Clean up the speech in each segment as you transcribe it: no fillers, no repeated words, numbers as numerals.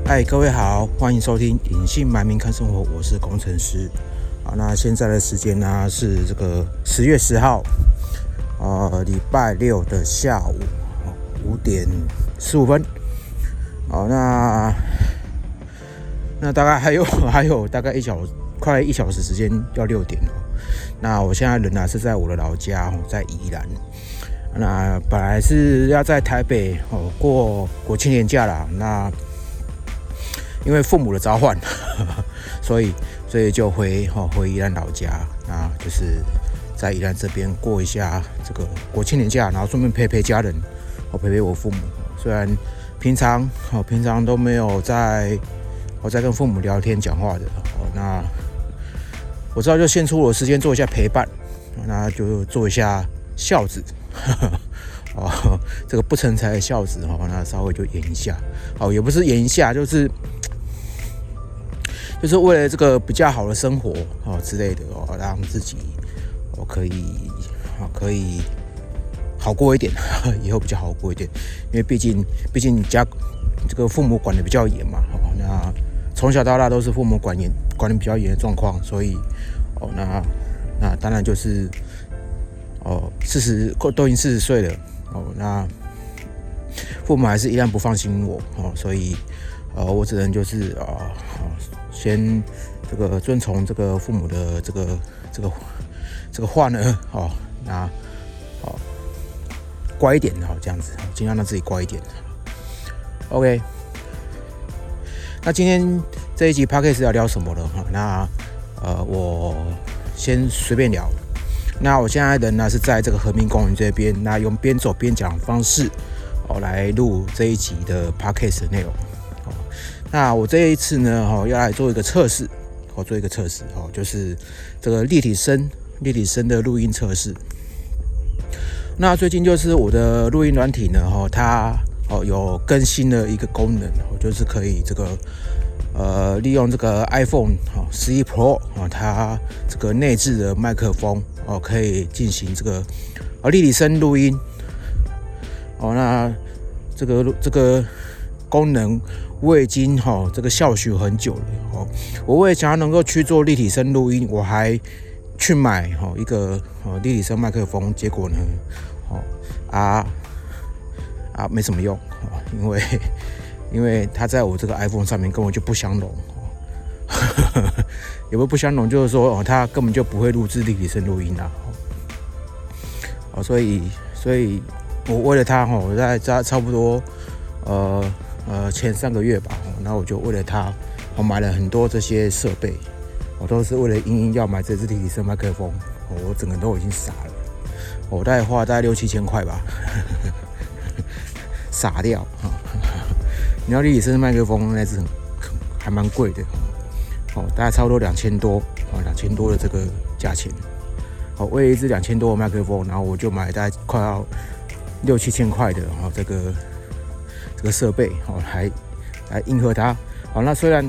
嗨，各位好，欢迎收听隐姓埋名看生活，我是工程师。那现在的时间呢是这个10月10号，礼拜六的下午5点15分。那大概还有大概快1小时时间要6点了。那我现在人是在我的老家，在宜兰。那本来是要在台北过国庆年假啦，那因为父母的召唤，所以就回宜兰老家，那就是在宜兰这边过一下这个国庆年假，然后顺便陪家人，陪我父母。虽然平常都没有在跟父母聊天讲话的，那我知道就献出我的时间做一下陪伴，那就做一下孝子。这个不成才的孝子，那稍微就演一下，也不是演一下，就是为了这个比较好的生活之类的，让自己可以好过一点，以后比较好过一点，因为毕竟家这个父母管得比较严嘛，那从小到大都是父母管得比较严的状况，所以那当然就是都已经40岁了，那父母还是依然不放心我，所以我只能就是先这个遵从这个父母的这个话呢，那乖一点，这样子，尽量让自己乖一点。OK， 那今天这一集 Podcast 要聊什么了？那我先随便聊。那我现在人呢是在这个和平公园这边，那用边走边讲的方式来录这一集的 Podcast 的内容。那我这一次呢要来做一个测试，就是这个立体声的录音测试。那最近就是我的录音软体呢它有更新了一个功能，就是可以这个利用这个 iPhone 11 Pro 它这个内置的麦克风可以进行这个立体声录音。那这个功能我已经这个校许很久了。我为了想要能够去做立体声录音，我还去买一个立体声麦克风，结果呢没什么用，因为它在我这个 iPhone 上面根本就不相容。有没有不相容？就是说它根本就不会录制立体声录音所以我为了它我在差不多前3个月吧，然后我就为了它我买了很多这些设备，我都是为了要买这支立体声麦克风，我整个都已经傻了，我大概花了大概6-7千块吧，傻掉。你要立体声麦克风那支还蛮贵的，大概差不多2000多的这个价钱。为了一支2000多的麦克风，然后我就买大概快要6-7千块的这个设备来应和它。那虽然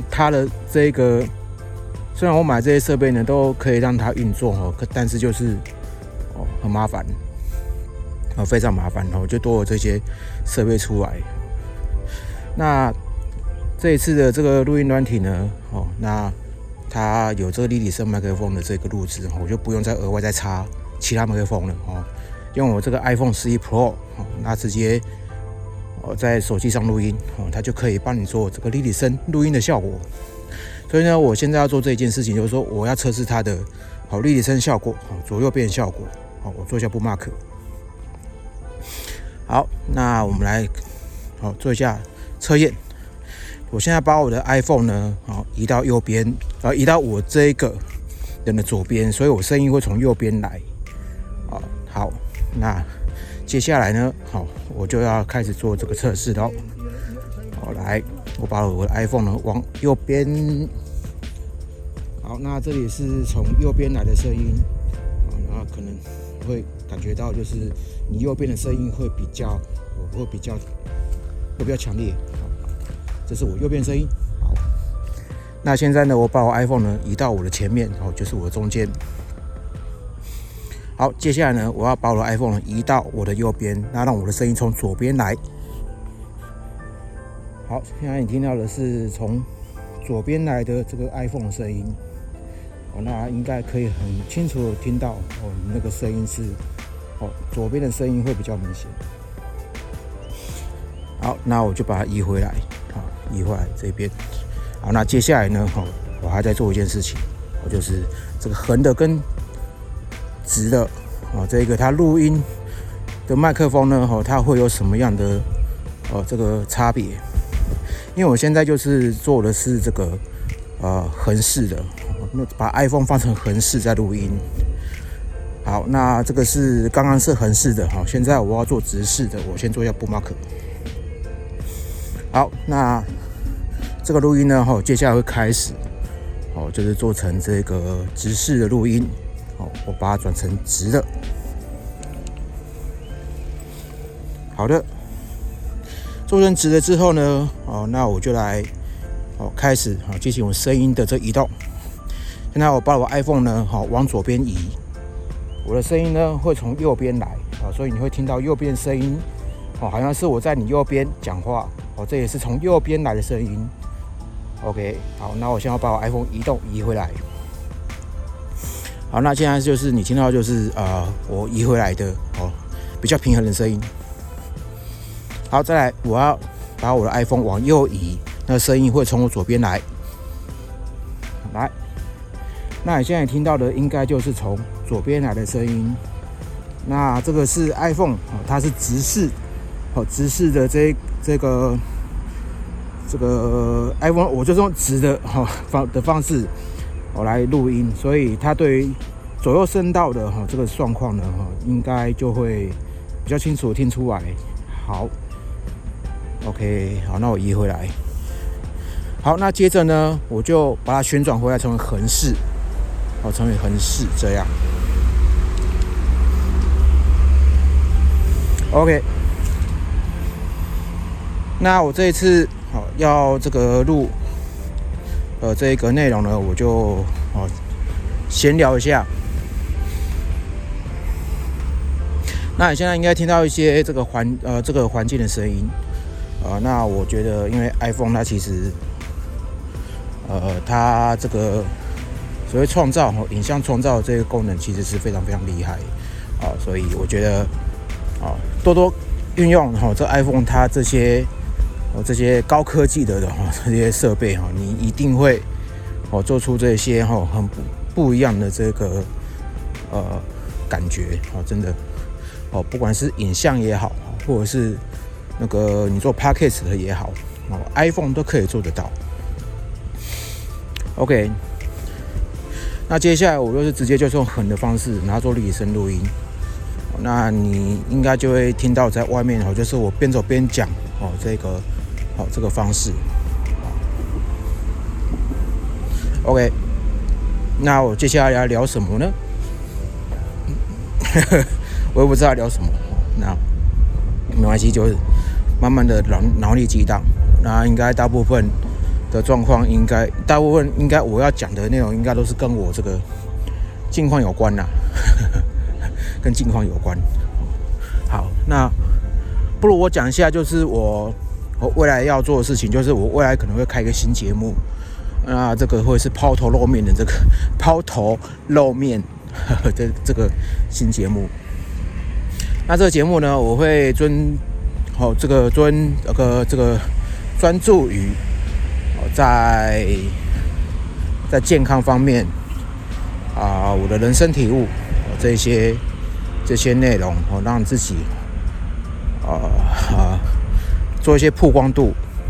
我买这些设备呢都可以让它运作，但是就是很麻烦，非常麻烦，就多了这些设备出来。那这一次的这个录音软体呢，那它有这个立体声麦克风的这个录制，我就不用再额外再插其他麦克风了，用我这个 iPhone 11 Pro，那直接在手机上录音，它就可以帮你做这个立体声录音的效果。所以呢，我现在要做这一件事情，就是说我要测试它的立体声效果，左右边效果。我做一下bookmark。好，那我们来做一下测验。我现在把我的 iPhone 呢移到右边，移到我这个人的左边，所以我声音会从右边来。好，那接下来呢，我就要开始做这个测试了。来，我把我的 iPhone 呢往右边。好，那这里是从右边来的声音，那可能会感觉到就是你右边的声音会比较强烈。这是我右边声音。好，那现在呢，我把我 iPhone 呢移到我的前面，就是我的中间。好，接下来呢，我要把我的 iPhone 呢移到我的右边，那让我的声音从左边来。 好，现在你听到的是从左边来的这个 iPhone 的声音，那应该可以很清楚的听到你那个声音是左边的声音会比较明显。好，那我就把它移回来，移回来这边。好，那接下来呢，我还在做一件事情，就是这个横的跟直的，这个它录音的麦克风呢，它会有什么样的这个差别？因为我现在就是做的是这个横式的，把 iPhone 放成横式在录音。好，那这个是刚刚是横式的，现在我要做直式的，我先做一下布马克。好，那这个录音呢，接下来会开始，就是做成这个直式的录音，我把它转成直的。好的。做成直了之后呢，那我就来开始进行我声音的这移动。现在我把我 iPhone 呢往左边移，我的声音呢会从右边来，所以你会听到右边的声音，好像是我在你右边讲话，这也是从右边来的声音。OK， 好，那我现在要把我 iPhone 移回来。好，那现在就是你听到就是我移回来的比较平衡的声音。好，再来，我要把我的 iPhone 往右移，那声音会从我左边来。来，那你现在听到的应该就是从左边来的声音。那这个是 iPhone， 它是直式，直式的这个 iPhone， 我就是用直的方式来录音，所以它对于左右声道的这个状况呢，应该就会比较清楚听出来。好。OK， 好，那我移回来。好，那接着呢，我就把它旋转回来，成为横式，成为横式这样。OK， 那我这一次要这个录这个内容呢，我就闲聊一下。那你现在应该听到一些这个环境的声音。那我觉得，因为 iPhone 它其实，它这个所谓创造影像创造这个功能，其实是非常非常厉害，所以我觉得，多多运用这 iPhone 它这些高科技的这些设备你一定会做出这些很不一样的这个感觉真的不管是影像也好，或者是那个你做 Podcast 的也好，iPhone 都可以做得到。OK， 那接下来我就是直接就是用横的方式，然后做立体声录音。那你应该就会听到在外面就是我边走边讲这个方式。OK， 那我接下来要聊什么呢？我也不知道聊什么，那没关系，就是慢慢的脑力激荡。那应该大部分的状况，大部分应该我要讲的内容，应该都是跟我这个近况有关啦，跟近况有关。好，那不如我讲一下，就是我未来要做的事情，就是我未来可能会开一个新节目。那这个会是抛头露面的这个新节目。那这个节目呢，我会专注于在健康方面我的人生体悟这些内容让自己做一些曝光度，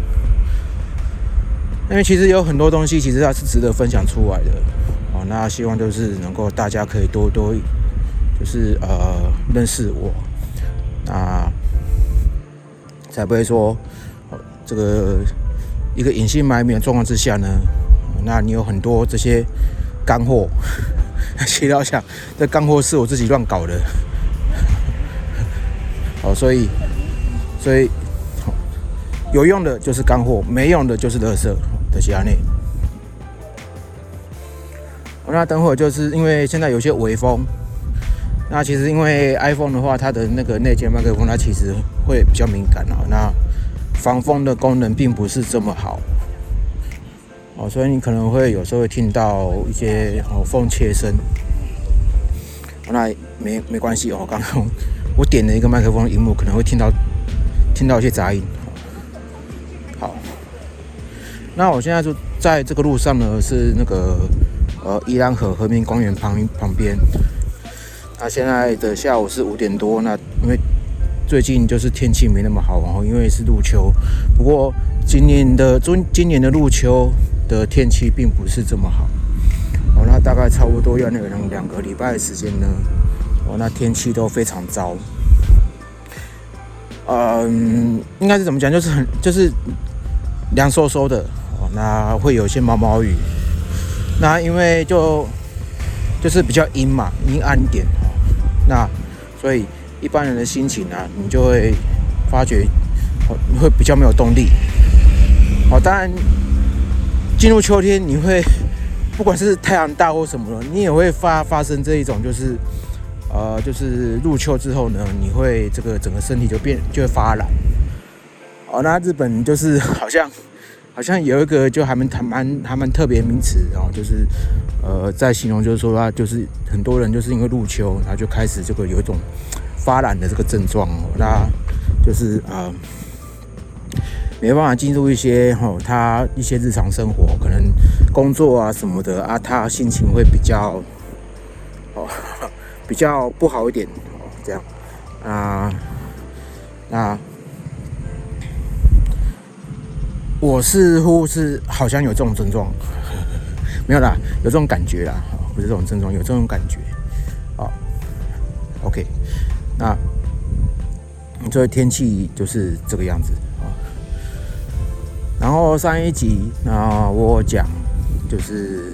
因为其实有很多东西其实它是值得分享出来的那希望就是能够大家可以多就是认识我，那才不会说这个一个隐姓埋名的状况之下呢，那你有很多这些干货，其实要想这干货是我自己乱搞的，所以有用的就是干货，没用的就是垃圾的其他内。那等会就是因为现在有些微风，那其实因为 iPhone 的话，它的那个内建麦克风它其实会比较敏感那防风的功能并不是这么好。所以你可能会有时候会听到一些风切声。那没关系刚刚我点了一个麦克风的萤幕，可能会听到一些杂音。好，那我现在就在这个路上呢，是那个宜兰河和平公园旁边。那现在的下午是5点多，那因为最近就是天气没那么好，因为是入秋。不过今年的入秋的天气并不是这么好。那大概差不多要2个礼拜的时间呢。那天气都非常糟。应该是怎么讲？就是凉飕飕的。那会有一些毛毛雨。那因为就是比较阴嘛，阴暗一点。那所以一般人的心情啊，你就会发觉你会比较没有动力。当然进入秋天，你会不管是太阳大或什么的，你也会发生这一种就是入秋之后呢，你会这个整个身体就会发懒。那日本就是好像有一个就还蛮特别名词，就是在形容就是说就是很多人就是因为入秋，然后就开始这个有一种发懒的这个症状。那就是没办法进入一些他一些日常生活，可能工作啊什么的啊，他心情会比较不好一点这样那我似乎是好像有这种症状，没有啦，有这种感觉啦，不是这种症状，有这种感觉。OK， 那所以天气就是这个样子。然后上一集我讲就是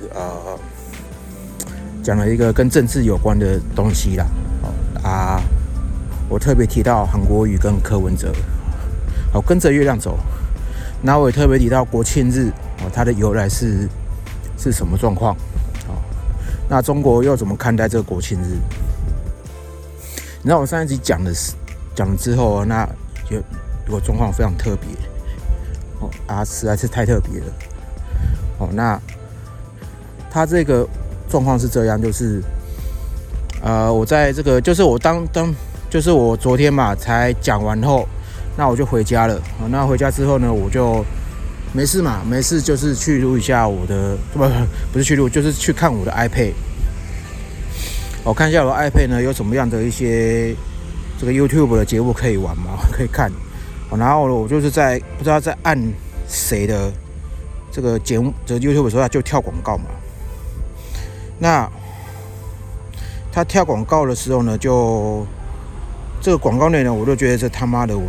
讲了一个跟政治有关的东西啦。我特别提到韩国瑜跟柯文哲，跟着月亮走。那我也特别提到国庆日它的由来是什么状况。那中国又怎么看待这个国庆日？你知道我上一集讲了之后，那有个状况非常特别。实在是太特别了。那他这个状况是这样，就是我在这个就是我就是我昨天嘛才讲完后，那我就回家了。那回家之后呢，我就没事就是去录一下我的，不是去录，就是去看我的 iPad。我看一下我的 iPad 呢有什么样的一些这个 YouTube 的节目可以玩嘛，可以看。然后我就是不知道在按谁的这个节目，这个 YouTube 的时候，他就跳广告嘛。那他跳广告的时候呢，就这个广告内容，我就觉得这他妈的，我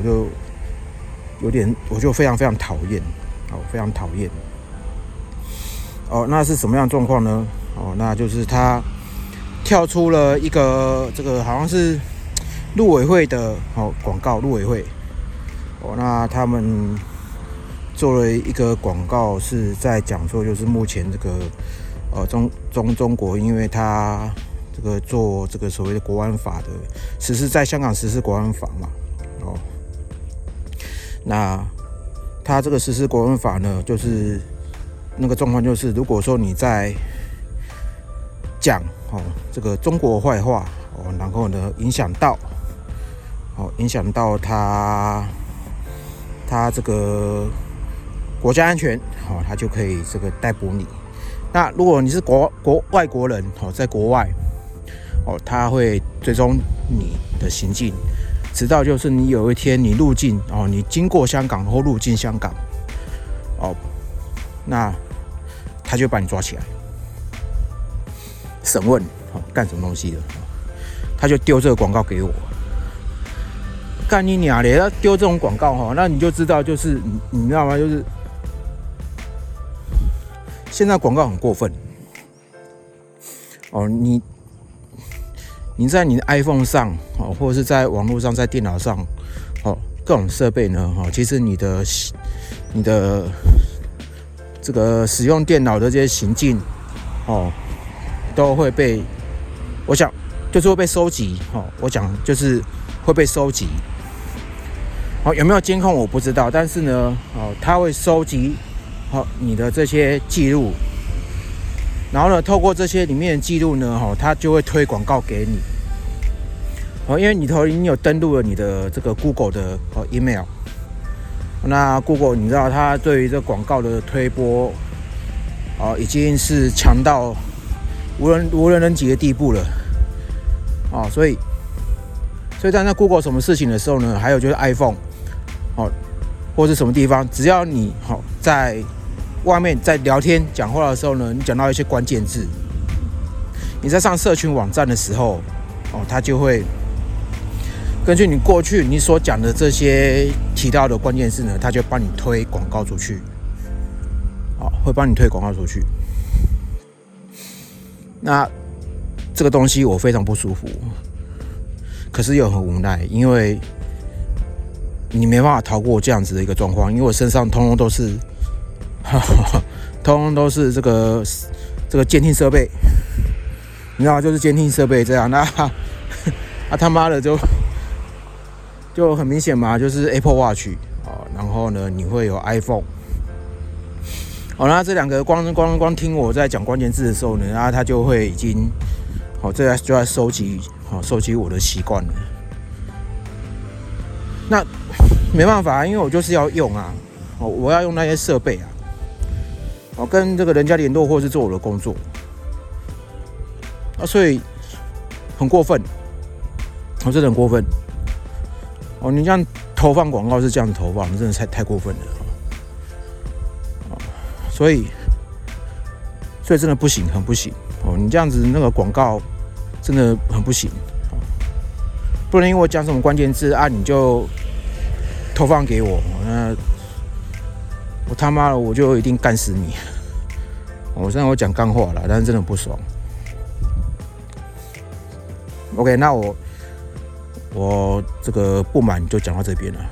就非常非常讨厌，非常讨厌。那是什么样的状况呢？那就是他跳出了一个这个好像是陆委会的广告，陆委会。那他们做了一个广告，是在讲说，就是目前这个中国，因为他这个做这个所谓的国安法的实施，在香港实施国安法嘛。那他这个实施国安法呢，就是那个状况，就是如果说你在讲这个中国坏话然后呢影响到他这个国家安全，他就可以这个逮捕你。那如果你是外国人在国外他会追踪你的行径，直到就是你有一天你入境你经过香港或入境香港那他就把你抓起来审问干什么东西的，他就丢这个广告给我。干你娘嘞！要丢这种广告那你就知道，就是你知道吗？就是现在广告很过分你在你的 iPhone 上或者是在网络上，在电脑上各种设备呢其实你的这个使用电脑的这些行径都会被，我想就是会被收集我讲就是会被收集。 有没有监控我不知道，但是呢，他会收集你的这些记录，然后呢，透过这些里面的记录呢，他就会推广告给你。因为你已经有登录了你的这个 Google 的email， 那 Google 你知道它对于这广告的推播已经是强到无人能及的地步了所以在那 Google 什么事情的时候呢，还有就是 iPhone 或是什么地方，只要你在外面在聊天讲话的时候呢，你讲到一些关键字，你在上社群网站的时候它就会根据你过去你所讲的这些提到的关键字呢，它就帮你推广告出去，会帮你推广告出去。那这个东西我非常不舒服，可是又很无奈，因为你没办法逃过这样子的一个状况，因为我身上通通都是这个监听设备，你知道，就是监听设备这样。那他妈的就很明显嘛，就是 Apple Watch 然后呢，你会有 iPhone。那这两个光听我在讲关键字的时候呢，然后他就会已经这就在收集我的习惯了。那没办法，因为我就是要用我要用那些设备跟这个人家联络或是做我的工作所以很过分，真的很过分你这样投放广告是这样子投放，真的太过分了所以真的不行，很不行你这样子那个广告真的很不行不能因为我讲什么关键字你就投放给我，那我他妈的我就一定干死你虽然我讲干话啦，但是真的不爽。 OK， 那我这个不满就讲到这边了。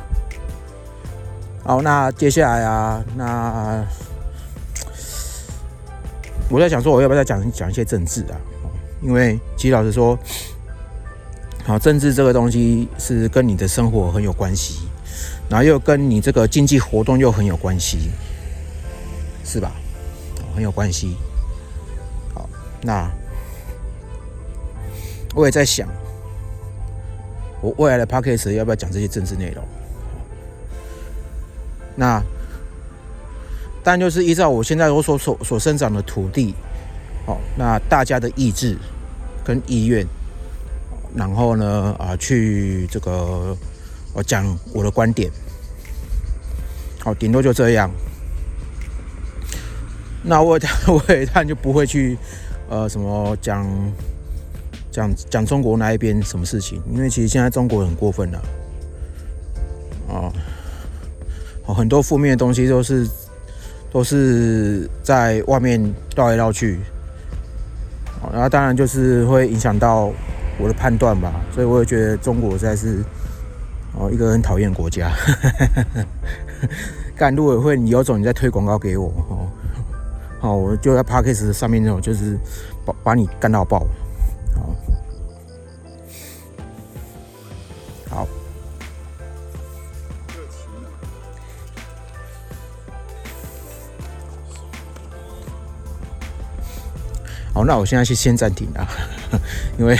好，那接下来那我在想说，我要不要再讲一些政治因为其实老实说，政治这个东西是跟你的生活很有关系，然后又跟你这个经济活动又很有关系，是吧？很有关系。好，那我也在想，我未来的 Podcast 要不要讲这些政治内容？那当然就是依照我现在所生长的土地，那大家的意志跟意愿，然后呢去这个讲我的观点，顶多就这样。那我也当然就不会去什么讲中国那一边什么事情，因为其实现在中国很过分了很多负面的东西都是在外面绕来绕去，然后当然就是会影响到我的判断吧，所以我也觉得中国实在是一个很讨厌的国家。干，陆委会你有种你在推广告给我我就在 Podcast 上面那种就是把你干到爆。好，那我现在先暂停因为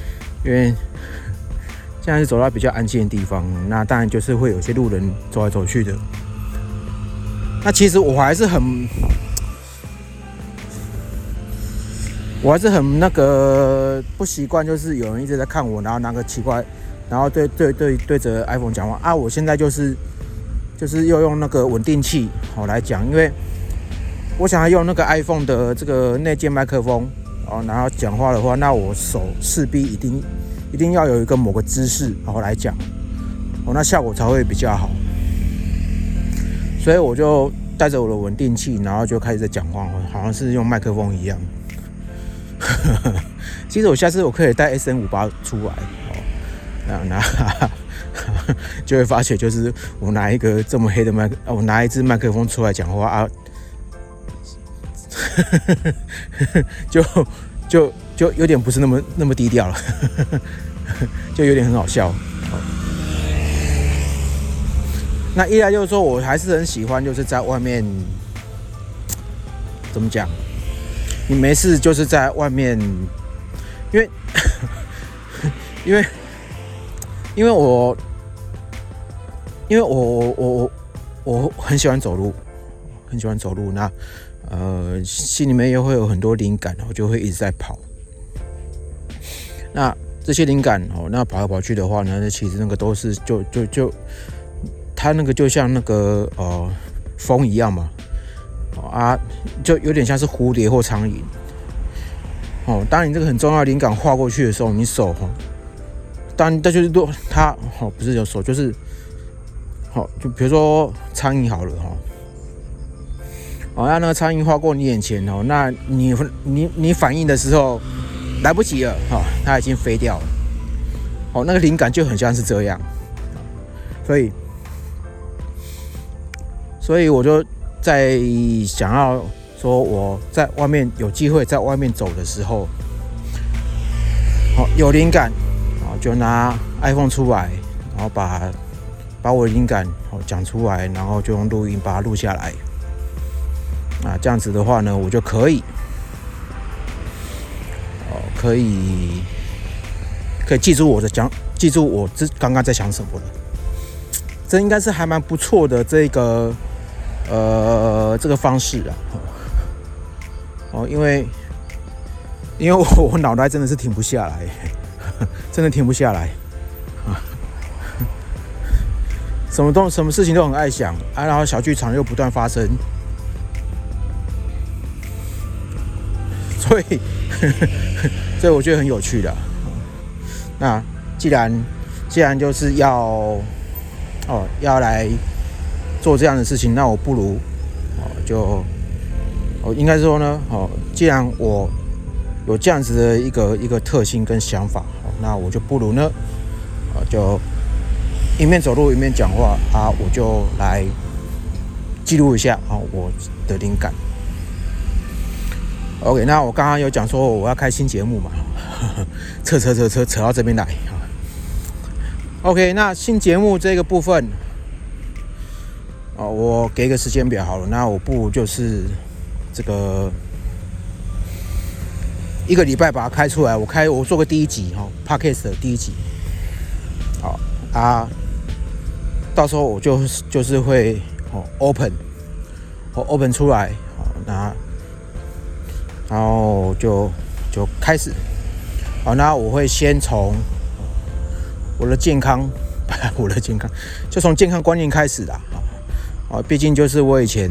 现在是走到比较安静的地方，那当然就是会有些路人走来走去的。那其实我还是很那个不习惯，就是有人一直在看我，然后拿个奇怪，然后对着 iPhone 讲话我现在就是又用那个稳定器来讲，因为我想要用那个 iPhone 的这个内建麦克风然后讲话的话，那我手势必一定要有一个某个姿势来讲那效果才会比较好。所以我就带着我的稳定器，然后就开始在讲话，好像是用麦克风一样。其实我下次我可以带 SM58 出来就会发现，就是我拿一个这么黑的我拿一支麦克风出来讲话就有点不是那么低调了，就有点很好笑。 那一来就是说我还是很喜欢，就是在外面怎么讲？你没事就是在外面，因为因为我很喜欢走路，很喜欢走路。那心里面又会有很多灵感，我就会一直在跑。那这些灵感那跑来跑去的话呢，其实那个都是就它那个就像那个风一样嘛，就有点像是蝴蝶或苍蝇。当你这个很重要的灵感划过去的时候，你手当然就是它不是有手，就是就比如说苍蝇好了那个苍蝇划过你眼前那你反应的时候来不及了它已经飞掉了那个灵感就很像是这样，所以我就在想要说我在外面有机会在外面走的时候有灵感就拿 iPhone 出来，然后把我的灵感讲出来，然后就用录音把它录下来。这样子的话呢，我就可以记住我刚刚在想什么了。这应该是还蛮不错的这个方式因为我脑袋真的是停不下来，真的停不下来什么事情都很爱想然后小剧场又不断发生，所以我觉得很有趣的。那既然就是要来做这样的事情，那我不如应该说呢既然我有这样子的一个特性跟想法那我就不如呢就一面走路一面讲话我就来记录一下我的灵感。OK， 那我刚刚有讲说我要开新节目嘛，扯到这边来。OK， 那新节目这个部分我给一个时间表好了。那我不如就是这个1个礼拜把它开出来，我做个第一集Podcast 的第一集。到时候我就是会open 出来然后就开始那我会先从我的健康就从健康观念开始啦毕竟就是我以前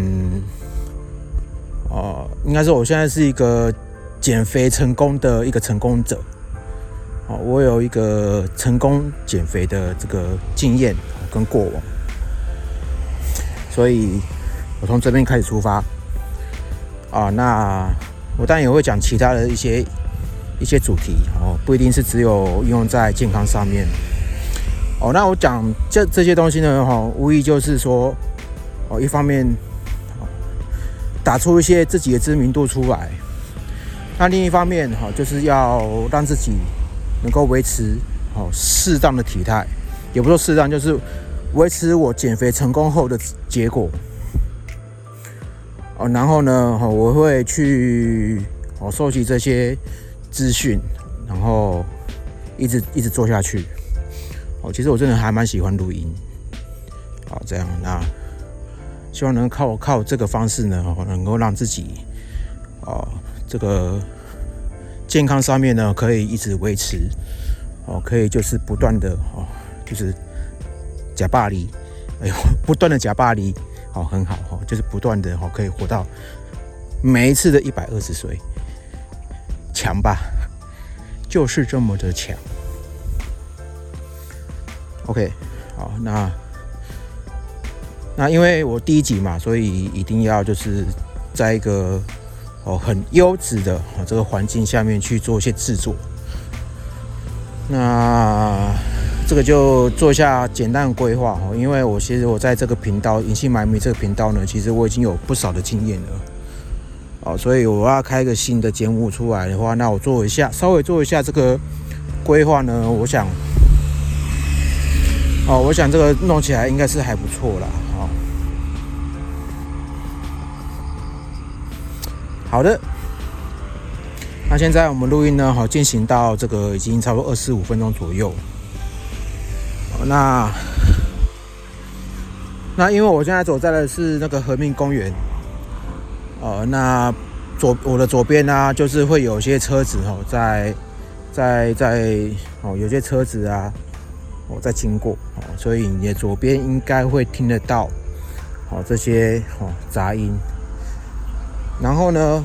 应该说我现在是一个减肥成功的一个成功者我有一个成功减肥的这个经验跟过往，所以我从这边开始出发那我当然也会讲其他的一些主题不一定是只有用在健康上面那我讲这些东西呢无疑就是说一方面打出一些自己的知名度出来，那另一方面就是要让自己能够维持适当的体态，也不说适当，就是维持我减肥成功后的结果然后呢我会去收集这些资讯，然后一直做下去其实我真的还蛮喜欢录音这样那希望能靠这个方式呢能够让自己这个健康上面呢可以一直维持可以就是不断的就是假巴黎不断的假巴黎很好就是不断的可以活到每一次的120岁，强吧，就是这么的强。OK， 好，那因为我第一集嘛，所以一定要就是在一个很优质的这个环境下面去做一些制作。那这个就做一下简单的规划因为其实我在这个频道隐姓埋名这个频道呢，其实我已经有不少的经验了所以我要开一个新的节目出来的话，那我稍微做一下这个规划呢，我想我想这个弄起来应该是还不错啦。好的，那现在我们录音呢，进行到这个已经差不多25分钟左右。那因为我现在走在的是那个和平公园，那我的左边呢，就是会有些车子在有些车子啊，在经过，所以你的左边应该会听得到这些杂音。然后呢，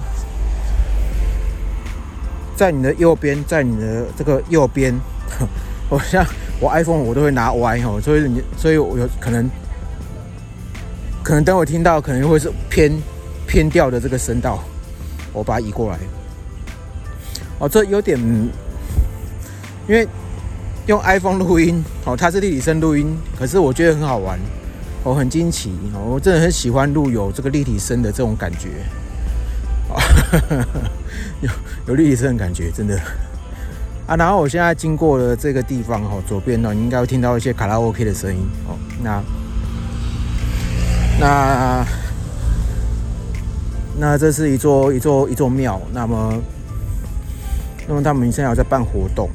在你的右边，在你的这个右边，我 iPhone 我都会拿歪，所以我有可能等我听到，可能会是偏掉的这个声道，我把它移过来。这有点，因为用 iPhone 录音，它是立体声录音，可是我觉得很好玩，很惊奇，我真的很喜欢录有这个立体声的这种感觉。有立体声的感觉，真的然后我现在经过了这个地方左边你应该会听到一些卡拉 OK 的声音那这是一座庙，那么他们现在有在办活动，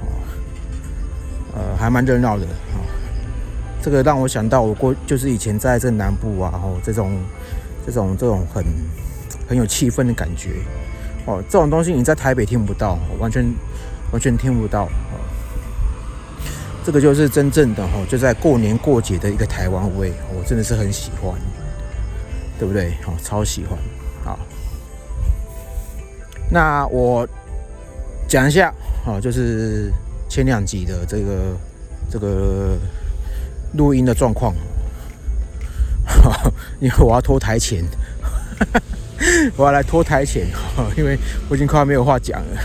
还蛮热闹的这个让我想到就是以前在这南部这种很有气氛的感觉这种东西你在台北听不到，完全听不到这个就是真正的就在过年过节的一个台湾味，我真的是很喜欢，对不对？超喜欢。好，那我讲一下就是前2集的这个录音的状况，因为我要拖台前。我要来拖台前，因为我已经快要没有话讲了。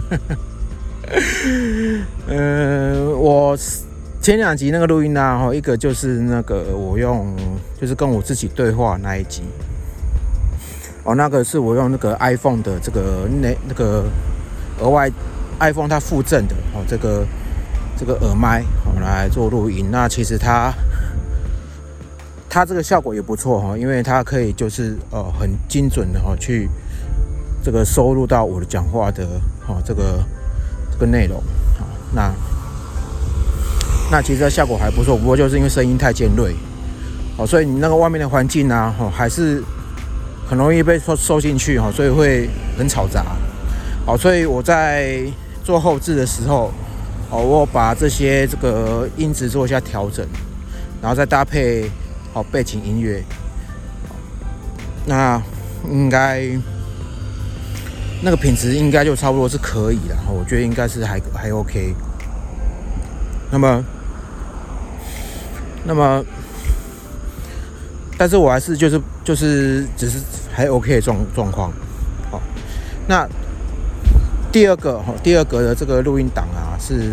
我前2集那个录音一个就是那个就是跟我自己对话那一集，那个是我用那个 iPhone 的这个那个额外 iPhone 它附赠的这个耳麦来做录音。那其实它这个效果也不错因为它可以就是很精准的去这个收录到我的讲话的这个内容。那其实它效果还不错，不过就是因为声音太尖锐所以你那个外面的环境还是很容易被收进去所以会很吵杂所以我在做后制的时候我把这些这个音质做一下调整，然后再搭配背景音乐，那应该那个品质应该就差不多是可以的，我觉得应该是还 OK。那么，但是我还是就是只是还 OK 的状况。好，那第二个的这个录音档是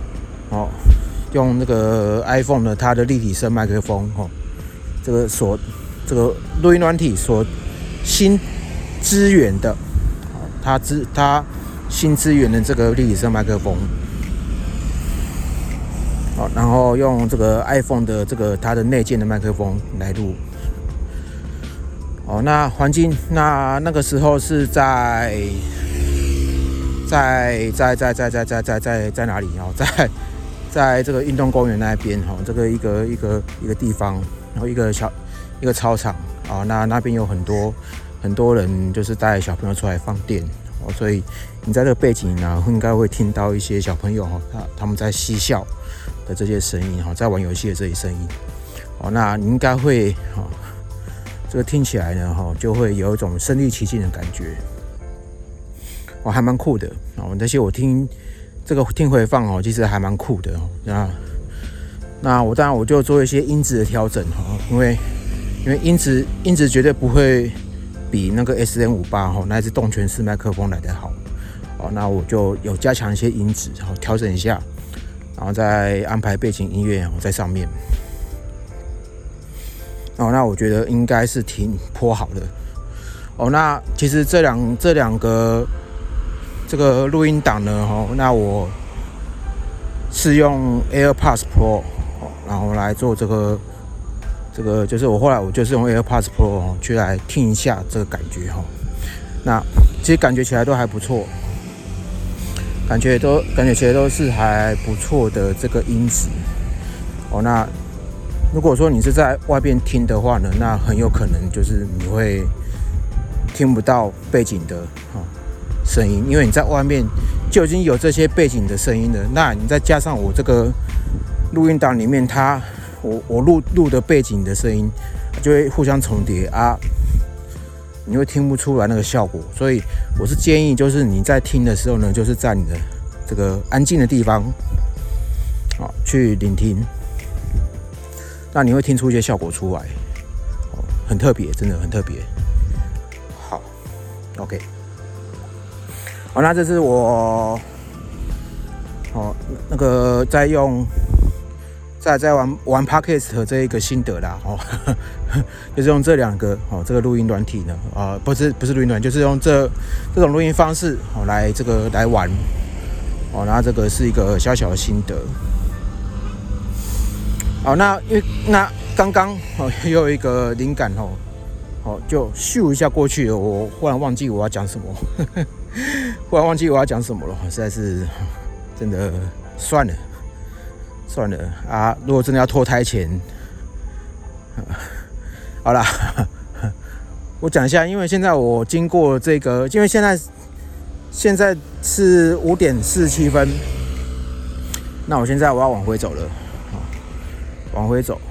用那个 iPhone 的它的立体声麦克风这个录音软体所新支援的，它新支援的这个立体声麦克风，然后用这个 iPhone 的这个它的内建的麦克风来录。那环境那个时候是在哪里在这个运动公园那边这个一个地方。然后一个操场那边有很多人就是带小朋友出来放电所以你在这个背景应该会听到一些小朋友他们在嬉笑的这些声音在玩游戏的这些声音那你应该会这个听起来呢就会有一种身临其境的感觉还蛮酷的那些我听回放其实还蛮酷的那我当然我就做一些音质的调整因为音质绝对不会比那个 SM58那支动圈式麦克风来得好那我就有加强一些音质调整一下，然后再安排背景音乐在上面那我觉得应该是挺颇好的那其实这两个这个录音档呢那我是用 AirPods Pro 然后来做这个就是我后来我就是用 AirPods Pro 去来听一下这个感觉那其实感觉起来都还不错，感觉起来都是还不错的这个音质那如果说你是在外边听的话呢，那很有可能就是你会听不到背景的声音，因为你在外面就已经有这些背景的声音了，那你再加上我这个录音档里面我录的背景的声音就会互相重叠你会听不出来那个效果，所以我是建议就是你在听的时候呢，就是在你的这个安静的地方去聆听，那你会听出一些效果出来很特别，真的很特别。好 OK 那这是我那个在玩 Podcast 这一个心得啦就是用这两个这个录音软体呢不是录音软体，就是用这种录音方式来玩那这个是一个小小的心得。那刚刚又有一个灵感就咻一下过去了，我忽然忘记我要讲什么了，实在是真的算了如果真的要脱胎前好啦我讲一下，因为现在我经过这个，因为现在是5点47分，那我现在我要往回走了往回走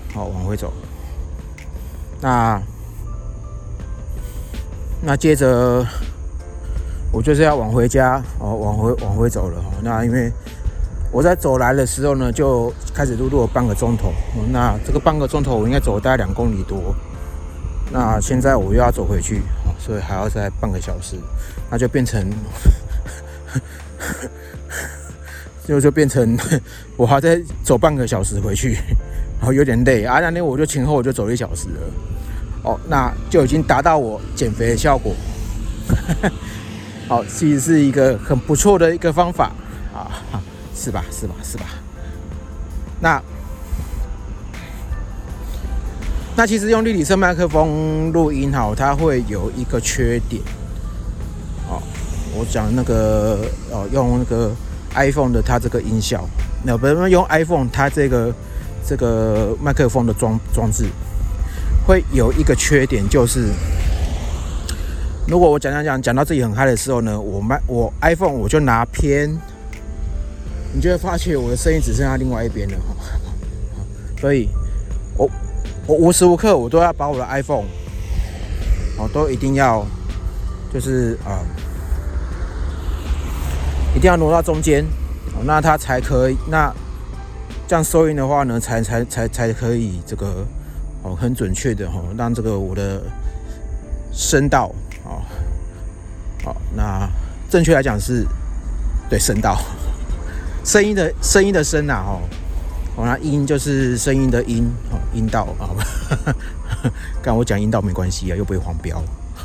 那接着我就是要往回家往回走了那因为我在走来的时候呢，就开始录了半个钟头那这个半个钟头我应该走了大概2公里多，那现在我又要走回去所以还要再半个小时，那就变成就变成我还在走半个小时回去有点累那天我就前后我就走1小时了那就已经达到我减肥的效果其实是一个很不错的一个方法是吧那其实用立体声麦克风录音它会有一个缺点我讲那个用那个 iPhone 的它这个音效，不是用 iPhone 它这个麦克风的装置会有一个缺点，就是如果我讲到自己很嗨的时候呢，我 iPhone 我就拿偏，你就会发现我的声音只剩下另外一边了所以我无时无刻我都要把我的 iPhone都一定要就是一定要挪到中间那它才可以，那这样收音的话呢才可以这个很准确的让这个我的声道那正确来讲是对声道声音的声那音就是声音的音音道刚我讲音道没关系又不会黄标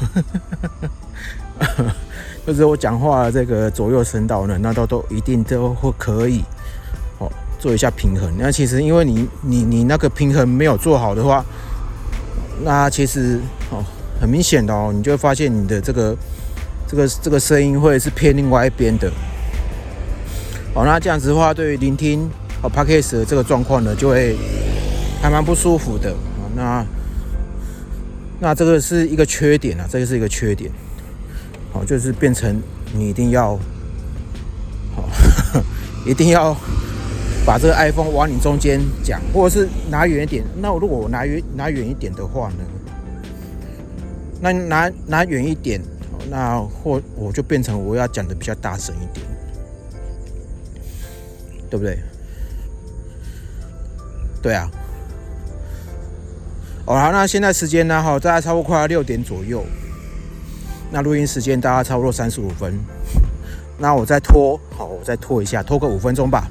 就是我讲话的这个左右声道呢，那都一定都会可以做一下平衡。那其实因为你那个平衡没有做好的话，那其实很明显的你就会发现你的这个声音会是偏另外一边的那这样子的话，对于聆听Podcast 的这个状况呢，就会还蛮不舒服的那这个是一个缺点这个是一个缺点就是变成你一定要一定要把这个 iPhone 往你中间讲，或者是拿远一点。那如果我拿远一点的话呢，那拿远一点，那我就变成我要讲的比较大声一点，对不对？对啊。好，那现在时间呢？大概差不多快要6点左右。那录音时间大概差不多35分。那我再拖一下，拖个5分钟吧。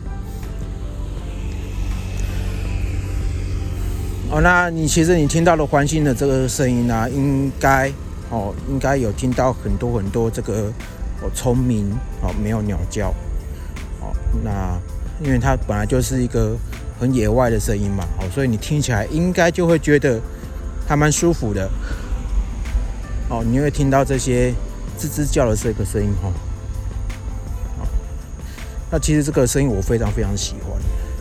那其实你听到了环境的这个声音啊，应该有听到很多这个虫鸣没有鸟叫那因为它本来就是一个很野外的声音嘛，所以你听起来应该就会觉得还蛮舒服的。你会听到这些吱吱叫的这个声音那其实这个声音我非常非常喜欢。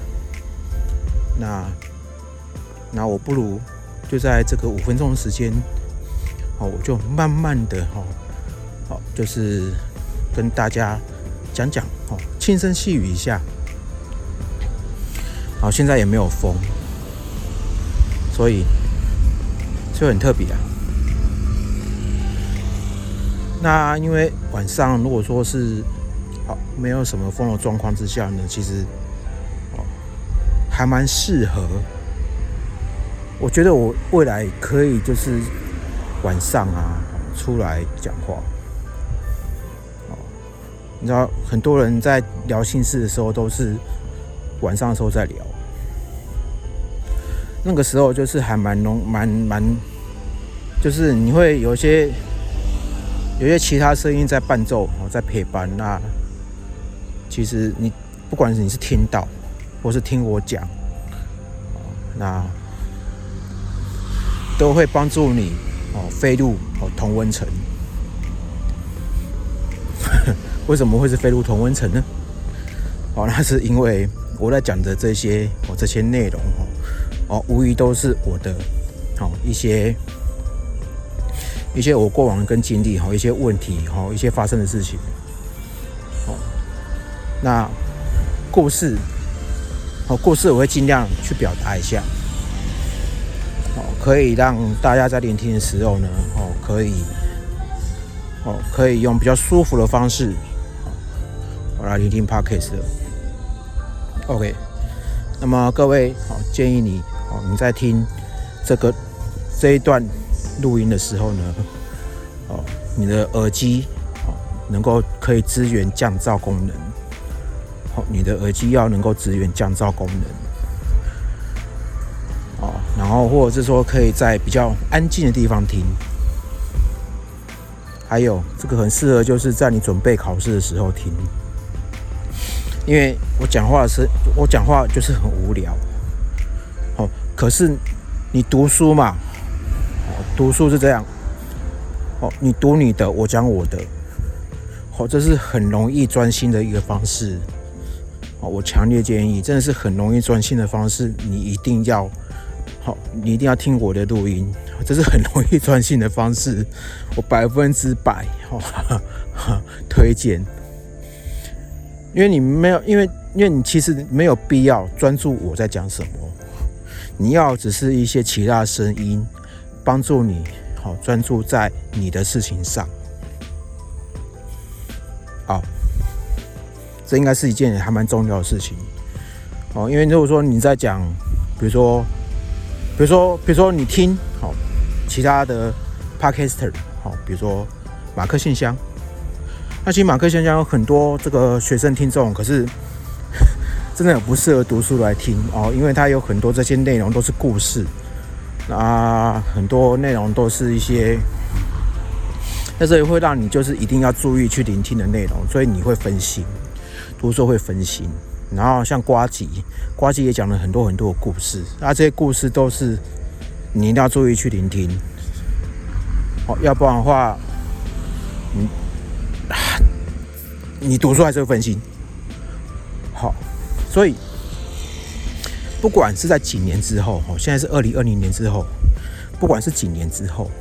那我不如就在这个5分钟的时间，我就慢慢的就是跟大家讲，轻声细语一下。现在也没有风，所以很特别啊。那因为晚上如果说是没有什么风的状况之下呢，其实还蛮适合。我觉得我未来可以就是晚上出来讲话。你知道很多人在聊心事的时候都是晚上的时候在聊，那个时候就是还蛮就是你会有一些其他声音在伴奏在陪伴。那其实你不管是你是听到或是听我讲，那都会帮助你飞入同温层。为什么会是飞入同温层呢？那是因为我在讲的这些内容无疑都是我的一些我过往跟经历一些问题一些发生的事情。那故事我会尽量去表达一下，可以让大家在聆听的时候呢可以用比较舒服的方式来聆听 Podcast 的。OK， 那么各位建议你在听这一段录音的时候呢，你的耳机可以支援降噪功能。你的耳机要能够支援降噪功能。然后或者是说可以在比较安静的地方听。还有这个很适合就是在你准备考试的时候听，因为我讲话就是很无聊。可是你读书嘛，读书是这样，你读你的，我讲我的，这是很容易专心的一个方式。我强烈建议，真的是很容易专心的方式，你一定要听我的录音，这是很容易专心的方式，我100%推荐。因为你其实没有必要专注我在讲什么，你要只是一些其他声音帮助你专注在你的事情上。这应该是一件还蛮重要的事情。因为如果说你在讲，比如说你听其他的 podcaster 比如说马克信箱，那其实马克信箱有很多这个学生听众，可是真的不适合读书来听因为它有很多这些内容都是故事，很多内容都是一些，但是也会让你就是一定要注意去聆听的内容，所以你会分心，读书会分心。然后像呱吉也讲了很多很多的故事，这些故事都是你一定要注意去聆听，要不然的话，你读书还是会分心。所以不管是在几年之后，现在是2020年之后，不管是几年之后，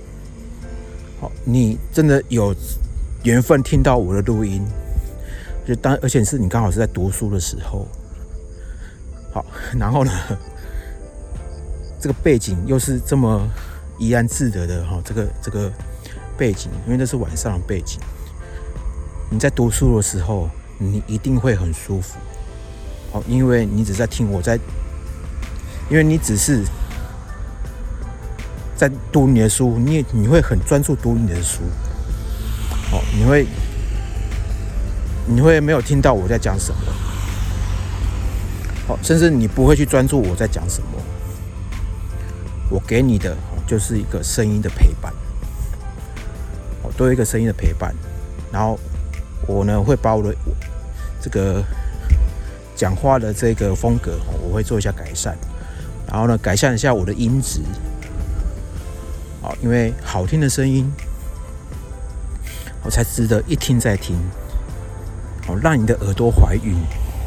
你真的有缘分听到我的录音，而且是你刚好是在读书的时候，然后呢，这个背景又是这么怡然自得的这个背景，因为这是晚上的背景，你在读书的时候，你一定会很舒服，因为你只在听因为你只是在读你的书，你会很专注读你的书，你会没有听到我在讲什么，甚至你不会去专注我在讲什么。我给你的就是一个声音的陪伴，都有一个声音的陪伴。然后我呢会把我的这个讲话的这个风格，我会做一下改善，然后呢，改善一下我的音质，因为好听的声音，我才值得一听再听，让你的耳朵怀孕。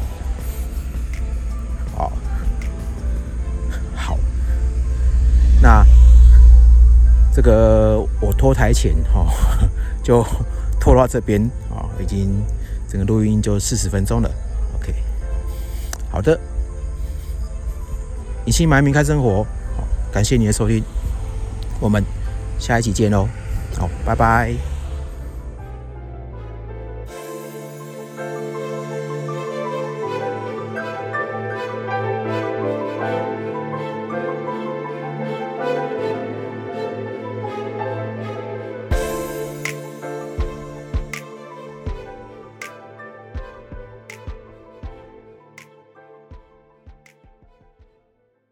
好，那这个我拖台前就拖到这边已经整个录音就40分钟了。OK， 好的，隐姓埋名看生活，感谢你的收听，我们下一期见喽，好，拜拜。